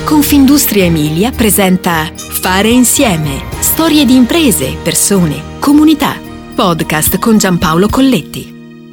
Confindustria Emilia presenta Fare Insieme. Storie di imprese, persone, comunità. Podcast con Giampaolo Colletti.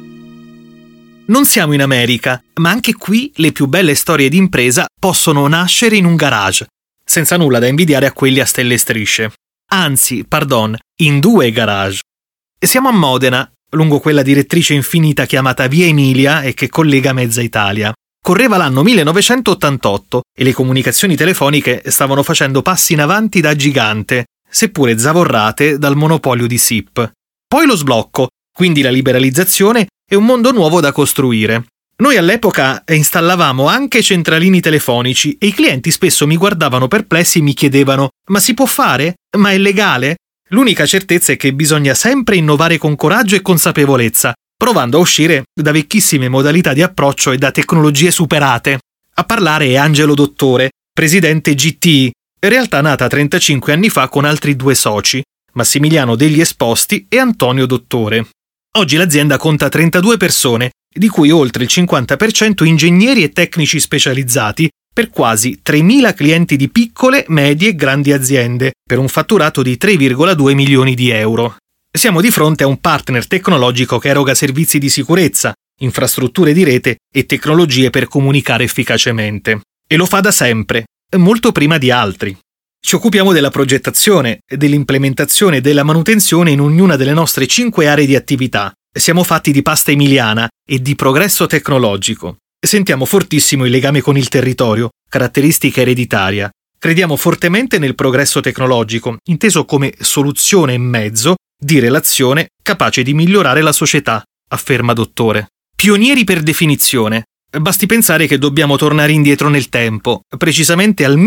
Non siamo in America, ma anche qui le più belle storie di impresa possono nascere in un garage, senza nulla da invidiare a quelli a stelle e strisce. Anzi, in 2 garage. Siamo a Modena, lungo quella direttrice infinita chiamata Via Emilia e che collega mezza Italia. Correva l'anno 1988 e le comunicazioni telefoniche stavano facendo passi in avanti da gigante, seppure zavorrate dal monopolio di SIP. Poi lo sblocco, quindi la liberalizzazione e un mondo nuovo da costruire. Noi all'epoca installavamo anche centralini telefonici e i clienti spesso mi guardavano perplessi e mi chiedevano: ma si può fare? Ma è legale? L'unica certezza è che bisogna sempre innovare con coraggio e consapevolezza, provando a uscire da vecchissime modalità di approccio e da tecnologie superate. A parlare è Angelo Dottore, presidente GTI, realtà nata 35 anni fa con altri 2 soci, Massimiliano Degli Esposti e Antonio Dottore. Oggi l'azienda conta 32 persone, di cui oltre il 50% ingegneri e tecnici specializzati, per quasi 3.000 clienti di piccole, medie e grandi aziende, per un fatturato di 3,2 milioni di euro. Siamo di fronte a un partner tecnologico che eroga servizi di sicurezza, infrastrutture di rete e tecnologie per comunicare efficacemente. E lo fa da sempre, molto prima di altri. Ci occupiamo della progettazione, dell'implementazione e della manutenzione in ognuna delle nostre 5 aree di attività. Siamo fatti di pasta emiliana e di progresso tecnologico. Sentiamo fortissimo il legame con il territorio, caratteristica ereditaria. Crediamo fortemente nel progresso tecnologico, inteso come soluzione e mezzo di relazione capace di migliorare la società, afferma Dottore. Pionieri per definizione. Basti pensare che dobbiamo tornare indietro nel tempo, precisamente al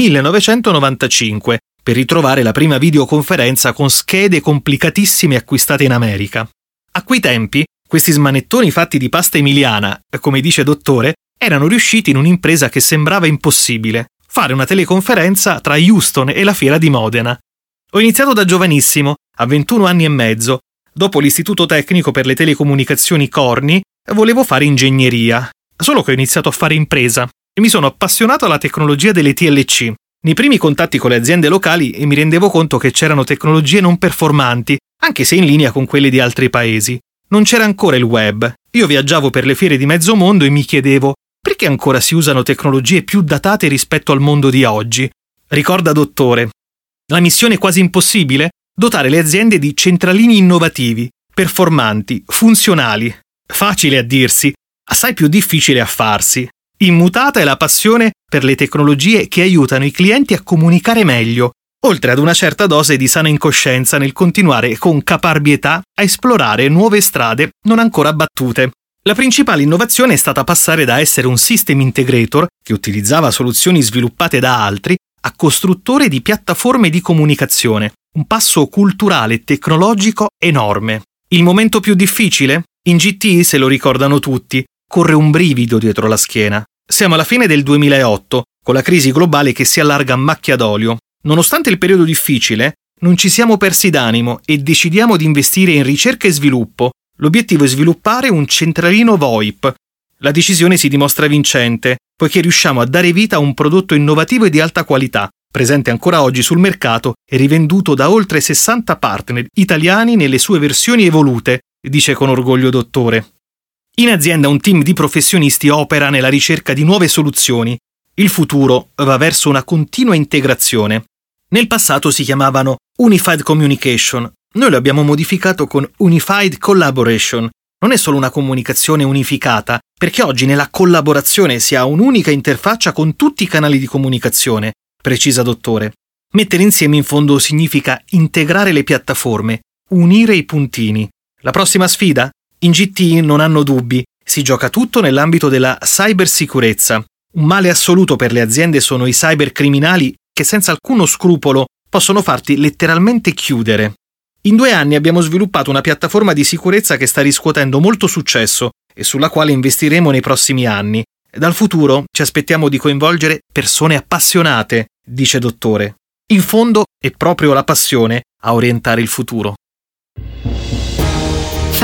1995, per ritrovare la prima videoconferenza con schede complicatissime acquistate in America. A quei tempi, questi smanettoni fatti di pasta emiliana, come dice Dottore, erano riusciti in un'impresa che sembrava impossibile: fare una teleconferenza tra Houston e la fiera di Modena. Ho iniziato da giovanissimo, a 21 anni e mezzo. Dopo l'istituto tecnico per le telecomunicazioni Corni, volevo fare ingegneria. Solo che ho iniziato a fare impresa e mi sono appassionato alla tecnologia delle TLC. Nei primi contatti con le aziende locali mi rendevo conto che c'erano tecnologie non performanti, anche se in linea con quelle di altri paesi. Non c'era ancora il web. Io viaggiavo per le fiere di mezzo mondo e mi chiedevo: perché ancora si usano tecnologie più datate rispetto al mondo di oggi? Ricorda Dottore. La missione quasi impossibile? Dotare le aziende di centralini innovativi, performanti, funzionali. Facile a dirsi, assai più difficile a farsi. Immutata è la passione per le tecnologie che aiutano i clienti a comunicare meglio, oltre ad una certa dose di sana incoscienza nel continuare con caparbietà a esplorare nuove strade non ancora battute. La principale innovazione è stata passare da essere un system integrator, che utilizzava soluzioni sviluppate da altri, a costruttore di piattaforme di comunicazione. Un passo culturale e tecnologico enorme. Il momento più difficile? In GT se lo ricordano tutti, corre un brivido dietro la schiena. Siamo alla fine del 2008, con la crisi globale che si allarga a macchia d'olio. Nonostante il periodo difficile, non ci siamo persi d'animo e decidiamo di investire in ricerca e sviluppo. L'obiettivo è sviluppare un centralino VoIP. La decisione si dimostra vincente, poiché riusciamo a dare vita a un prodotto innovativo e di alta qualità, presente ancora oggi sul mercato e rivenduto da oltre 60 partner italiani nelle sue versioni evolute, dice con orgoglio Dottore. In azienda un team di professionisti opera nella ricerca di nuove soluzioni. Il futuro va verso una continua integrazione. Nel passato si chiamavano Unified Communication. Noi lo abbiamo modificato con Unified Collaboration. Non è solo una comunicazione unificata, perché oggi nella collaborazione si ha un'unica interfaccia con tutti i canali di comunicazione, precisa Dottore. Mettere insieme in fondo significa integrare le piattaforme, unire i puntini. La prossima sfida? In GT non hanno dubbi, si gioca tutto nell'ambito della cybersicurezza. Un male assoluto per le aziende sono i cybercriminali che senza alcuno scrupolo possono farti letteralmente chiudere. In 2 anni abbiamo sviluppato una piattaforma di sicurezza che sta riscuotendo molto successo e sulla quale investiremo nei prossimi anni. Dal futuro ci aspettiamo di coinvolgere persone appassionate, dice Dottore. In fondo è proprio la passione a orientare il futuro.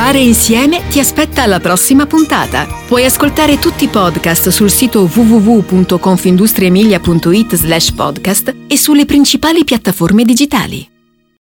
Fare insieme ti aspetta alla prossima puntata. Puoi ascoltare tutti i podcast sul sito www.confindustriemilia.it/podcast e sulle principali piattaforme digitali.